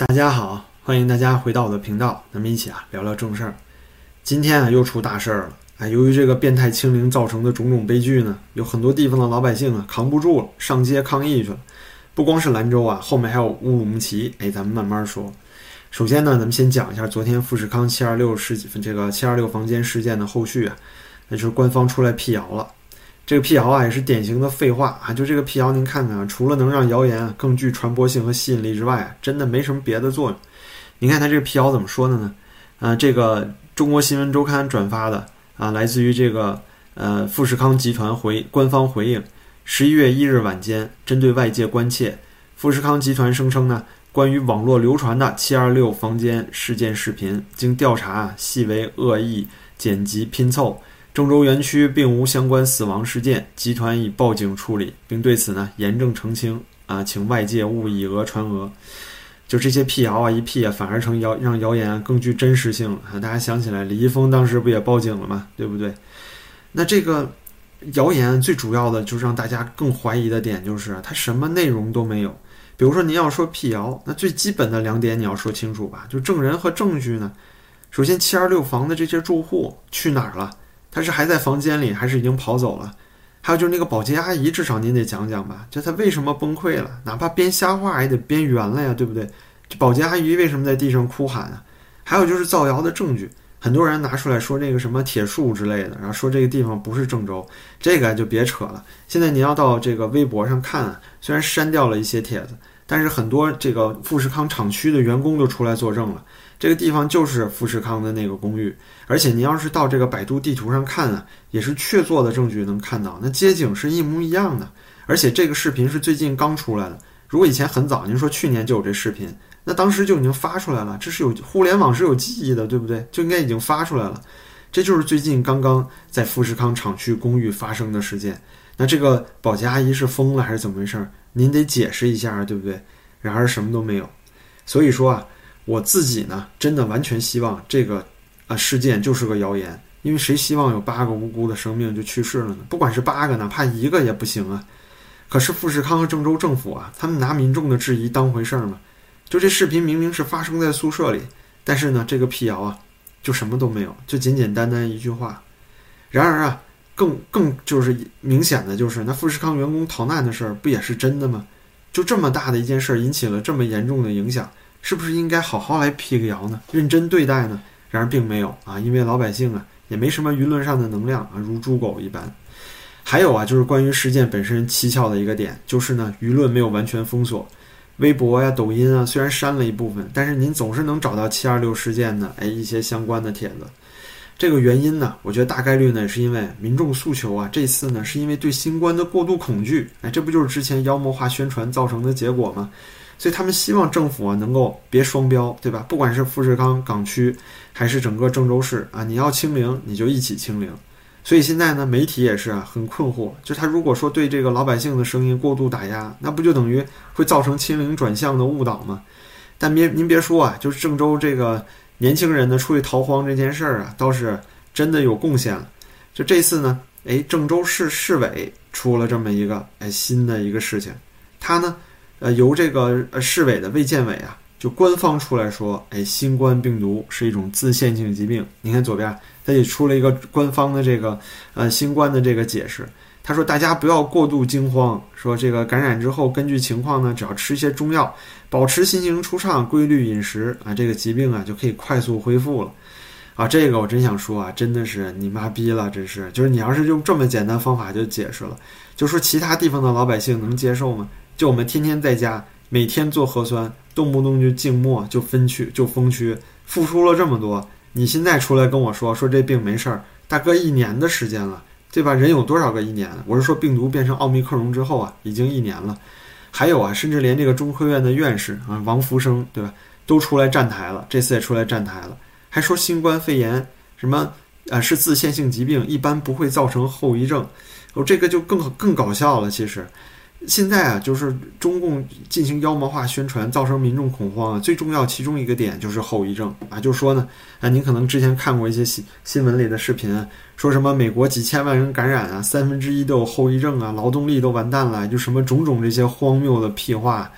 大家好，欢迎大家回到我的频道，咱们一起聊聊正事儿。今天又出大事儿了由于这个变态清零造成的种种悲剧呢，有很多地方的老百姓扛不住了，上街抗议去了。不光是兰州后面还有乌鲁木齐，咱们慢慢说。首先呢，咱们先讲一下昨天富士康726房间事件的后续那就是官方出来辟谣了。这个辟谣也是典型的废话就这个辟谣您看看除了能让谣言更具传播性和吸引力之外真的没什么别的作用。您看他这个辟谣怎么说的呢？这个中国新闻周刊转发的来自于这个富士康集团官方回应，11月1日晚间，针对外界关切，富士康集团声称呢，关于网络流传的726房间事件视频，经调查系为恶意剪辑拼凑，郑州园区并无相关死亡事件，集团已报警处理，并对此呢严正澄清请外界勿以讹传讹。就这些辟谣一辟反而让谣言更具真实性了大家想起来李易峰当时不也报警了吗？对不对？那这个谣言最主要的就是让大家更怀疑的点就是它什么内容都没有。比如说您要说辟谣，那最基本的2点你要说清楚吧，就证人和证据呢。首先726房的这些住户去哪儿了？他是还在房间里还是已经跑走了？还有就是那个保洁阿姨，至少您得讲讲吧，就她为什么崩溃了，哪怕编瞎话也得编圆了呀，对不对？这保洁阿姨为什么在地上哭喊还有就是造谣的证据，很多人拿出来说那个什么铁树之类的，然后说这个地方不是郑州，这个就别扯了。现在你要到这个微博上看虽然删掉了一些帖子，但是很多这个富士康厂区的员工都出来作证了，这个地方就是富士康的那个公寓。而且你要是到这个百度地图上看也是确凿的证据能看到，那街景是一模一样的。而且这个视频是最近刚出来的，如果以前很早，您说去年就有这视频，那当时就已经发出来了，这是有互联网是有记忆的，对不对？就应该已经发出来了。这就是最近刚刚在富士康厂区公寓发生的事件。那这个保洁阿姨是疯了还是怎么回事？您得解释一下，对不对？然而什么都没有。所以说我自己呢真的完全希望这个事件就是个谣言，因为谁希望有8个无辜的生命就去世了呢？不管是8个，哪怕1个也不行可是富士康和郑州政府他们拿民众的质疑当回事吗？就这视频明明是发生在宿舍里，但是呢这个辟谣就什么都没有，就简简单单一句话。然而更就是明显的就是那富士康员工逃难的事儿不也是真的吗？就这么大的一件事引起了这么严重的影响，是不是应该好好来辟个谣呢？认真对待呢？然而并没有因为老百姓也没什么舆论上的能量如猪狗一般。还有就是关于事件本身蹊跷的一个点，就是呢舆论没有完全封锁，微博抖音虽然删了一部分，但是您总是能找到726事件的一些相关的帖子。这个原因呢，我觉得大概率呢是因为民众诉求这次呢是因为对新冠的过度恐惧，这不就是之前妖魔化宣传造成的结果吗？所以他们希望政府能够别双标，对吧？不管是富士康港区还是整个郑州市你要清零你就一起清零。所以现在呢媒体也是很困惑，就他如果说对这个老百姓的声音过度打压，那不就等于会造成清零转向的误导吗？但您别说就是郑州这个年轻人呢出去逃荒这件事儿倒是真的有贡献了。就这次呢郑州市市委出了这么一个新的一个事情，他呢由这个市委的卫健委就官方出来说新冠病毒是一种自限性疾病。你看左边他也出了一个官方的这个新冠的这个解释，他说大家不要过度惊慌，说这个感染之后根据情况呢只要吃一些中药，保持心情舒畅，规律饮食这个疾病就可以快速恢复了这个我真想说真的是你妈逼了，真是就是你要是用这么简单方法就解释了，就说其他地方的老百姓能接受吗？就我们天天在家每天做核酸，动不动就静默就封区，付出了这么多，你现在出来跟我说这病没事儿，大哥1年的时间了，对吧？人有多少个1年？我是说病毒变成奥密克戎之后已经1年了。还有甚至连这个中科院的院士王福生，对吧，都出来站台了，这次也出来站台了，还说新冠肺炎什么是自限性疾病，一般不会造成后遗症。这个就更搞笑了。其实现在就是中共进行妖魔化宣传，造成民众恐慌最重要其中一个点就是后遗症就说呢您可能之前看过一些新闻里的视频说什么美国几千万人感染1/3都有后遗症劳动力都完蛋了，就什么种种这些荒谬的屁话，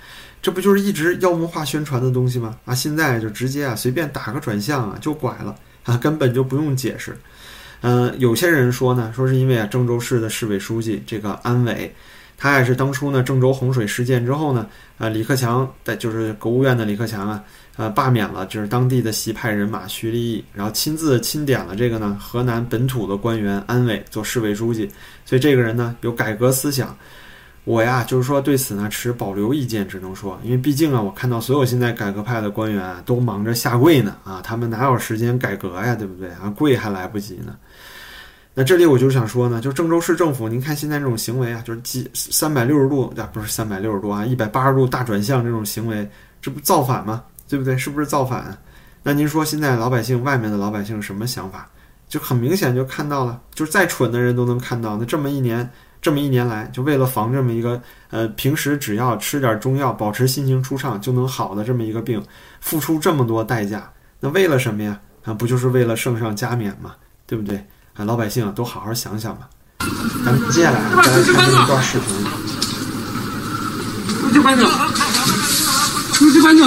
这不就是一直妖魔化宣传的东西吗？啊，现在就直接随便打个转向就拐了啊，根本就不用解释。有些人说呢，说是因为郑州市的市委书记这个安伟，他也是当初呢郑州洪水事件之后呢，李克强就是国务院的李克强罢免了就是当地的习派人马徐立毅，然后亲自钦点了这个呢河南本土的官员安伟做市委书记，所以这个人呢有改革思想。我就是说对此呢持保留意见，只能说，因为毕竟我看到所有现在改革派的官员都忙着下跪呢他们哪有时间改革呀，对不对跪还来不及呢。那这里我就想说呢，就郑州市政府，您看现在这种行为就是360度不是360度180度大转向这种行为，这不造反吗？对不对？是不是造反？那您说现在老百姓，外面的老百姓什么想法？就很明显就看到了，就是再蠢的人都能看到，那这么一年来，就为了防这么一个平时只要吃点中药，保持心情舒畅就能好的这么一个病，付出这么多代价，那为了什么呀？不就是为了圣上加冕吗？对不对？老百姓都好好想想吧。咱们接下来再来看这一段视频。 出去搬走，出去搬走。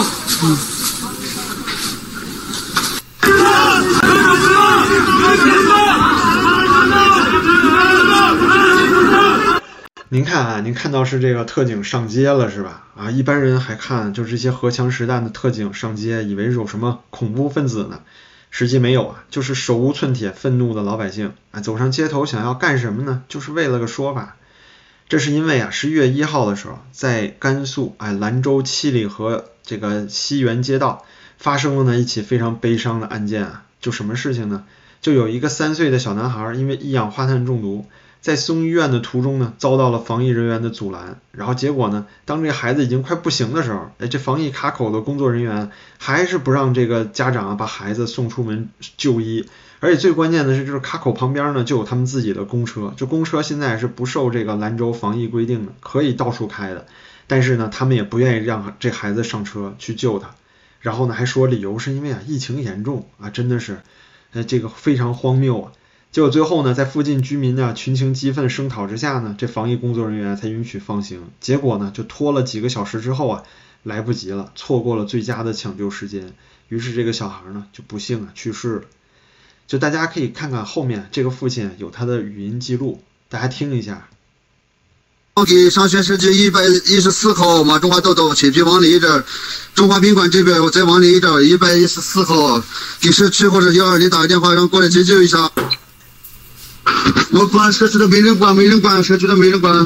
您看您看到是这个特警上街了是吧？一般人还看就是这些荷枪实弹的特警上街，以为是有什么恐怖分子呢，实际没有就是手无寸铁愤怒的老百姓走上街头想要干什么呢？就是为了个说法。这是因为11月1号的时候，在甘肃兰州七里河这个西园街道发生了呢一起非常悲伤的案件就什么事情呢？就有一个3岁的小男孩因为一氧化碳中毒，在送医院的途中呢遭到了防疫人员的阻拦，然后结果呢，当这个孩子已经快不行的时候，这防疫卡口的工作人员还是不让这个家长把孩子送出门就医。而且最关键的是，就是卡口旁边呢就有他们自己的公车，就公车现在是不受这个兰州防疫规定的，可以到处开的，但是呢他们也不愿意让这孩子上车去救他，然后呢还说理由是因为疫情严重真的是这个非常荒谬结果最后呢，在附近居民群情激愤声讨之下呢，这防疫工作人员才允许放行。结果呢，就拖了几个小时之后来不及了，错过了最佳的抢救时间。于是这个小孩呢，就不幸去世了。就大家可以看看后面这个父亲有他的语音记录，大家听一下。 给上学时间114号马中华道道切皮往里一点，中华宾馆这边我再往里一点114号，给社区或者120打个电话让过来解救一下。我管社区的没人管，社区的没人管。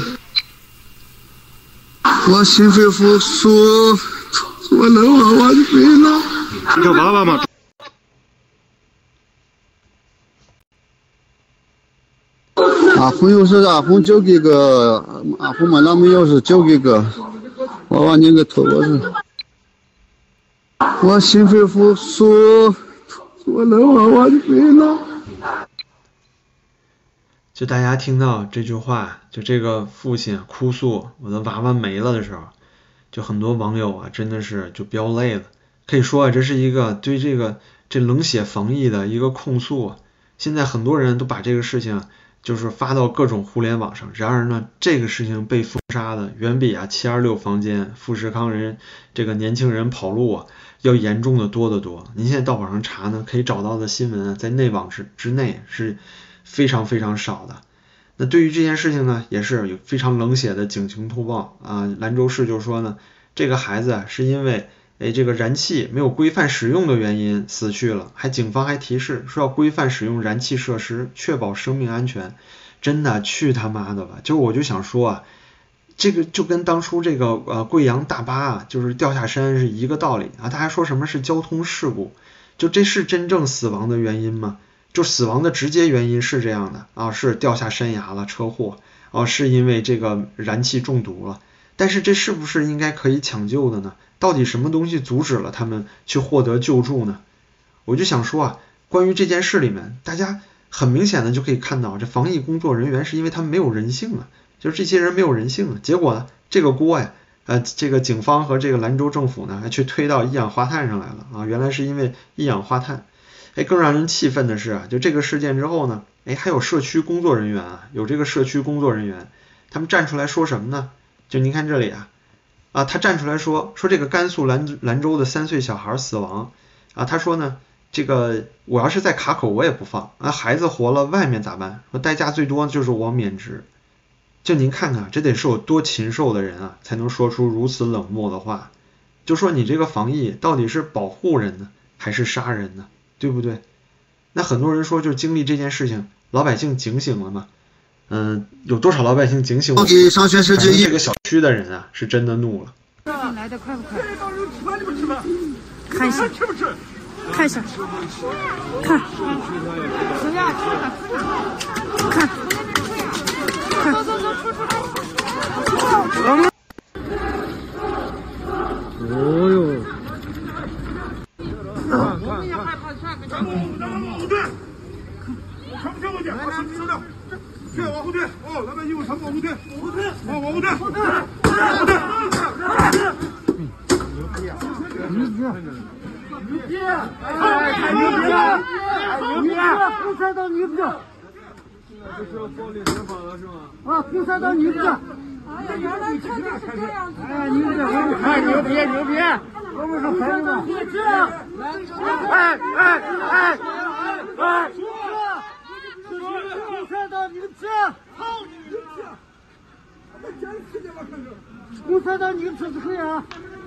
我心肺复苏，我能往外飞了。 你叫娃娃吗？ 阿红钥匙，阿红交给个，阿红嘛，那没钥匙交给个，娃娃你个头我是。我心肺复苏，我能往外飞了。 就大家听到这句话，就这个父亲哭诉我的娃娃没了的时候，就很多网友真的是就飙泪了。可以说这是一个对这冷血防疫的一个控诉现在很多人都把这个事情就是发到各种互联网上，然而呢，这个事情被封杀的远比726房间富士康人这个年轻人跑路要严重的多得多。您现在到网上查呢，可以找到的新闻在内网之内是非常非常少的。那对于这件事情呢，也是有非常冷血的警情通报兰州市就说呢，这个孩子是因为这个燃气没有规范使用的原因死去了，警方还提示说要规范使用燃气设施，确保生命安全。真的去他妈的吧！我就想说这个就跟当初这个贵阳大巴就是掉下山是一个道理他还说什么是交通事故，就这是真正死亡的原因吗？就死亡的直接原因是这样的是掉下山崖了，车祸是因为这个燃气中毒了，但是这是不是应该可以抢救的呢？到底什么东西阻止了他们去获得救助呢？我就想说关于这件事里面，大家很明显的就可以看到，这防疫工作人员是因为他们没有人性就是这些人没有人性结果呢，这个锅这个警方和这个兰州政府呢，还去推到一氧化碳上来了原来是因为一氧化碳。更让人气愤的是就这个事件之后呢，还有社区工作人员有这个社区工作人员，他们站出来说什么呢？就您看这里啊，他站出来说这个甘肃兰州的3岁小孩死亡啊，他说呢，这个我要是在卡口我也不放啊，孩子活了外面咋办？说代价最多就是我免职。就您看看，这得是有多禽兽的人啊，才能说出如此冷漠的话。就说你这个防疫到底是保护人呢，还是杀人呢？对不对？那很多人说，就经历这件事情，老百姓警醒了吗？有多少老百姓警醒了？ 上学时这个小区的人啊，是真的怒了。 来的快不快？看一下，吃不吃？看一下，看，看，看，走， 哦呦！ 全部往后退，全部过去，把手机收掉，去往后退，哦，老百姓全部往后退，往后退， 牛逼！太牛逼了！牛逼！共产党牛逼！这是要暴力执法了是吗？啊，共产党牛逼！ 哎呀，原来看的是这样子。 哎，牛逼！哎，牛逼！牛逼！我们是孩子们。哎！共产党牛逼！好牛逼！共产党牛逼是谁啊？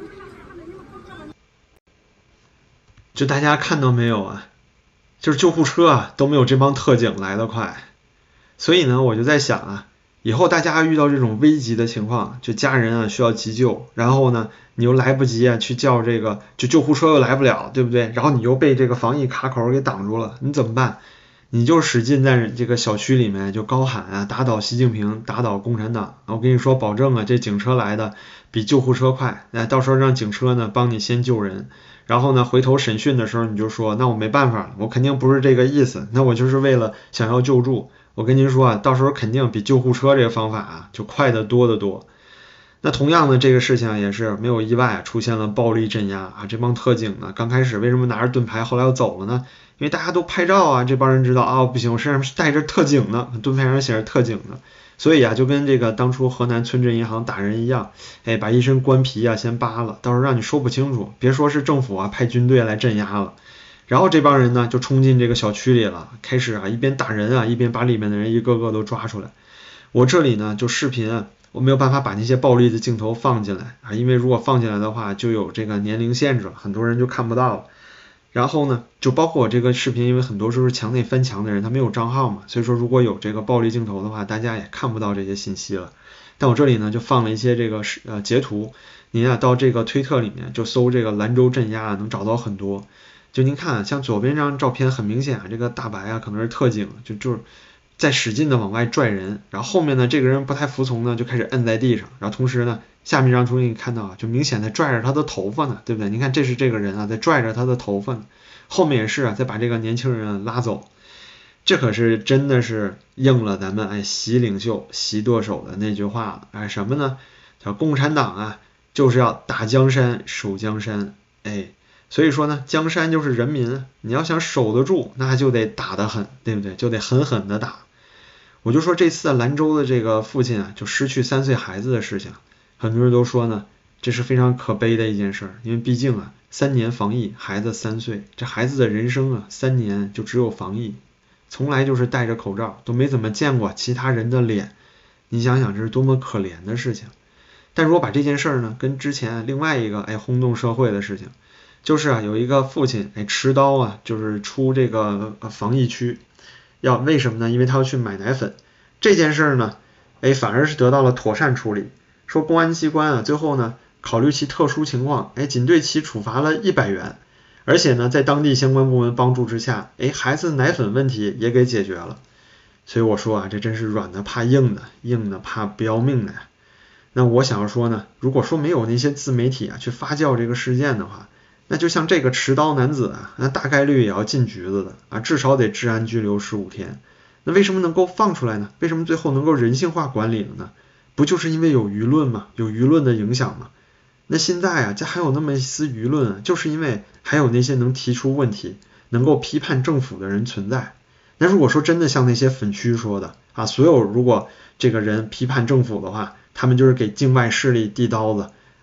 就大家看到没有啊？就是救护车啊都没有这帮特警来得快。所以呢，我就在想啊，以后大家遇到这种危急的情况，就家人啊需要急救，然后呢你又来不及啊去叫这个，就救护车又来不了，对不对？然后你又被这个防疫卡口给挡住了，你怎么办？你就使劲在这个小区里面就高喊啊，打倒习近平，打倒共产党。我跟你说，保证啊，这警车来的比救护车快。到时候让警车呢帮你先救人，然后呢回头审讯的时候你就说，那我没办法了，我肯定不是这个意思，那我就是为了想要救助。我跟您说啊，到时候肯定比救护车这个方法啊就快得多得多。那同样的这个事情也是没有意外出现了暴力镇压啊，这帮特警呢刚开始为什么拿着盾牌后来又走了呢？因为大家都拍照啊，这帮人知道啊，不行，我身上是带着特警的，盾牌上写着特警的，所以啊就跟这个当初河南村镇银行打人一样，把一身官皮啊先扒了，到时候让你说不清楚，别说是政府啊派军队来镇压了。然后这帮人呢就冲进这个小区里了，开始啊一边打人啊一边把里面的人一个个都抓出来。我这里呢就视频啊，我没有办法把那些暴力的镜头放进来啊，因为如果放进来的话就有这个年龄限制了，很多人就看不到了。然后呢就包括我这个视频，因为很多时候是墙内翻墙的人他没有账号嘛，所以说如果有这个暴力镜头的话大家也看不到这些信息了。但我这里呢就放了一些这个截图，您啊到这个推特里面就搜这个兰州镇压能找到很多。就您看像左边这张照片很明显啊，这个大白啊可能是特警，就是在使劲的往外拽人，然后后面呢这个人不太服从呢就开始摁在地上，然后同时呢下面这张图你看到啊就明显在拽着他的头发呢，对不对？你看这是这个人啊在拽着他的头发呢，后面也是啊在把这个年轻人拉走。这可是真的是应了咱们习领袖习舵手的那句话了，什么呢？叫共产党啊就是要打江山守江山。所以说呢江山就是人民，你要想守得住那就得打得狠，对不对？就得狠狠的打。我就说这次兰州的这个父亲啊就失去3岁孩子的事情，很多人都说呢这是非常可悲的一件事，因为毕竟啊3年防疫，孩子3岁，这孩子的人生啊3年就只有防疫，从来就是戴着口罩，都没怎么见过其他人的脸，你想想这是多么可怜的事情。但如果把这件事呢跟之前另外一个轰动社会的事情，就是啊有一个父亲持刀啊就是出这个防疫区，为什么呢？因为他要去买奶粉。这件事呢反而是得到了妥善处理，说公安机关啊最后呢考虑其特殊情况仅对其处罚了100元，而且呢在当地相关部门帮助之下孩子奶粉问题也给解决了。所以我说啊这真是软的怕硬的，硬的怕不要命的呀。那我想要说呢，如果说没有那些自媒体啊去发酵这个事件的话，那就像这个持刀男子啊，那大概率也要进局子的啊，至少得治安拘留15天。那为什么能够放出来呢？为什么最后能够人性化管理了呢？不就是因为有舆论吗？有舆论的影响吗？那现在啊这还有那么一丝舆论啊，就是因为还有那些能提出问题能够批判政府的人存在。那如果说真的像那些粉区说的所有如果这个人批判政府的话，他们就是给境外势力递刀子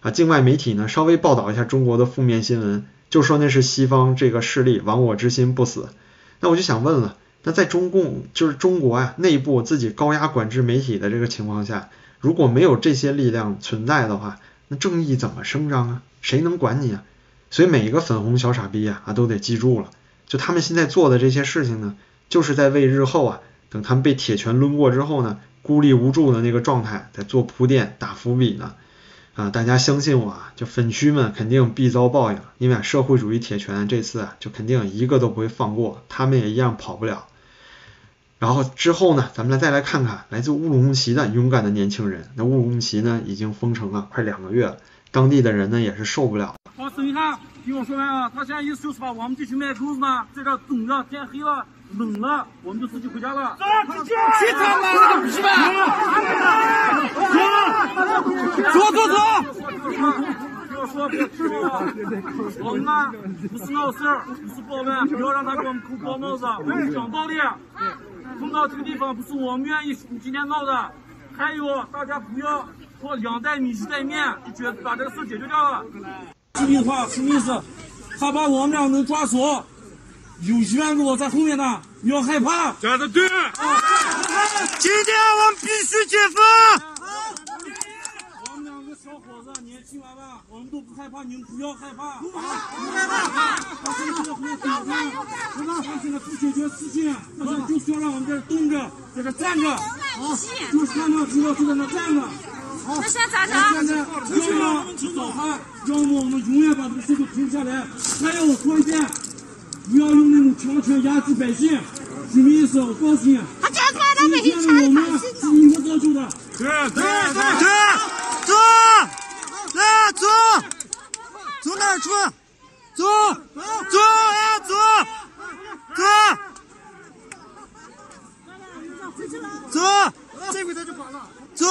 境外媒体呢稍微报道一下中国的负面新闻，就说那是西方这个势力亡我之心不死。那我就想问了，那在中共就是中国啊内部自己高压管制媒体的这个情况下，如果没有这些力量存在的话，那正义怎么声张啊？谁能管你啊？所以每一个粉红小傻逼啊都得记住了，就他们现在做的这些事情呢，就是在为日后啊等他们被铁拳抡过之后呢，孤立无助的那个状态在做铺垫打伏笔呢。大家相信我啊，就粉区们肯定必遭报应，因为社会主义铁拳这次啊就肯定一个都不会放过，他们也一样跑不了。然后之后呢，咱们再来看看来自乌鲁木齐的勇敢的年轻人。那乌鲁木齐呢已经封城了快2个月了，当地的人呢也是受不了。 好，等一下，听我说完啊，他现在意思就是把我们这群卖狗子呢，在这等着，天黑了冷了，我们就自己回家了。 去他妈的是吧？走！ 不要说，我们呢不是闹事儿，不是报乱，不要让他给我们扣高帽子，我们讲道理。碰到这个地方不是我们愿意今天闹的，还有大家不要说2袋米1袋面，就觉得把这个事解决掉了。视频的话，什么意思？他把我们俩能抓住，有1万个我在后面呢，不要害怕。 讲的对。 今天我们必须解放。 我们2个小伙子年轻娃娃，我们都不害怕，你们不要害怕。不害怕。 他现在不解决事情，就是要让我们这儿冻着，在这站着。就是看到直播就在那站着。 那现在咋整？ 现在要么早喊，要么我们永远把这个事情停下来。还有我说一遍，不要用那种强权压制百姓，什么意思？我告诉你，今天的我们是你们造就的。 对，走，来走，从哪儿出？走，走，这回他就跑了。走，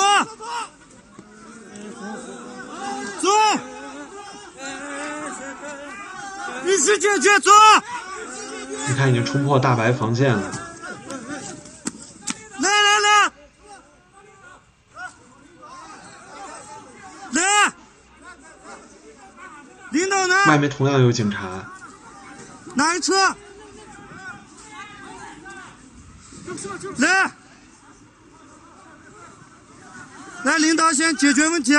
必须解决，走。 你看已经冲破大白防线了。 来，领导呢？ 外面同样有警察。 哪一车？来，领导先解决问题。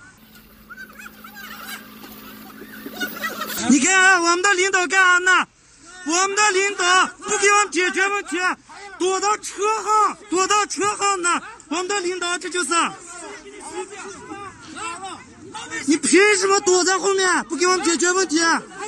你看啊，我们的领导干啥呢？我们的领导不给我们解决问题，躲到车上呢。我们的领导这就是，你凭什么躲在后面不给我们解决问题？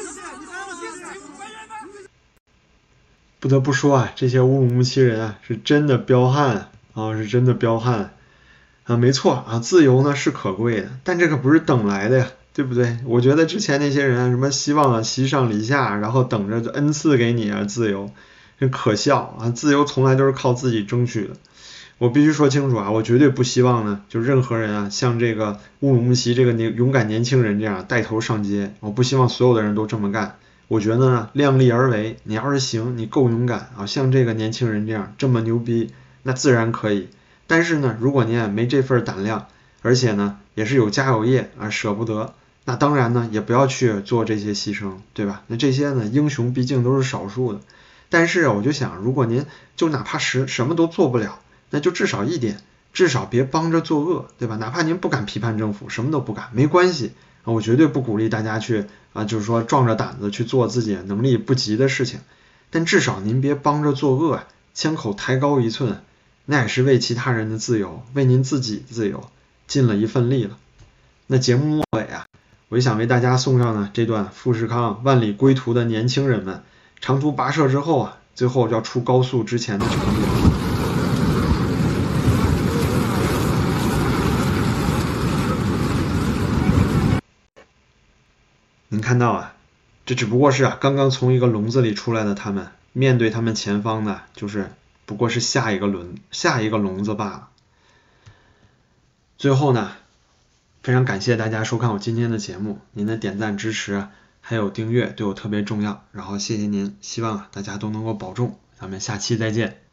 不得不说啊，这些乌鲁木齐人啊是真的彪悍啊，是真的彪悍啊！没错啊，自由呢是可贵的，但这可不是等来的呀，对不对？我觉得之前那些人啊，什么希望啊西上离下，然后等着恩赐给你啊自由，真可笑啊！自由从来都是靠自己争取的。我必须说清楚啊，我绝对不希望呢，就任何人啊，像这个乌鲁木齐这个勇敢年轻人这样带头上街，我不希望所有的人都这么干。我觉得呢，量力而为，你要是行，你够勇敢啊，像这个年轻人这样这么牛逼，那自然可以。但是呢，如果你也没这份胆量，而且呢也是有家有业啊，舍不得，那当然呢也不要去做这些牺牲，对吧？那这些呢英雄毕竟都是少数的。但是我就想，如果您就哪怕什么都做不了，那就至少一点，至少别帮着作恶，对吧？哪怕您不敢批判政府，什么都不敢，没关系。我绝对不鼓励大家去就是说壮着胆子去做自己能力不及的事情，但至少您别帮着作恶，枪口抬高1寸，那也是为其他人的自由，为您自己的自由尽了一份力了。那节目末尾啊，我就想为大家送上呢这段富士康万里归途的年轻人们长途跋涉之后啊，最后要出高速之前的场景。您看到啊，这只不过是刚刚从一个笼子里出来的他们，面对他们前方的不过是下一个笼子罢了。最后呢，非常感谢大家收看我今天的节目，您的点赞支持还有订阅对我特别重要，然后谢谢您，希望大家都能够保重，咱们下期再见。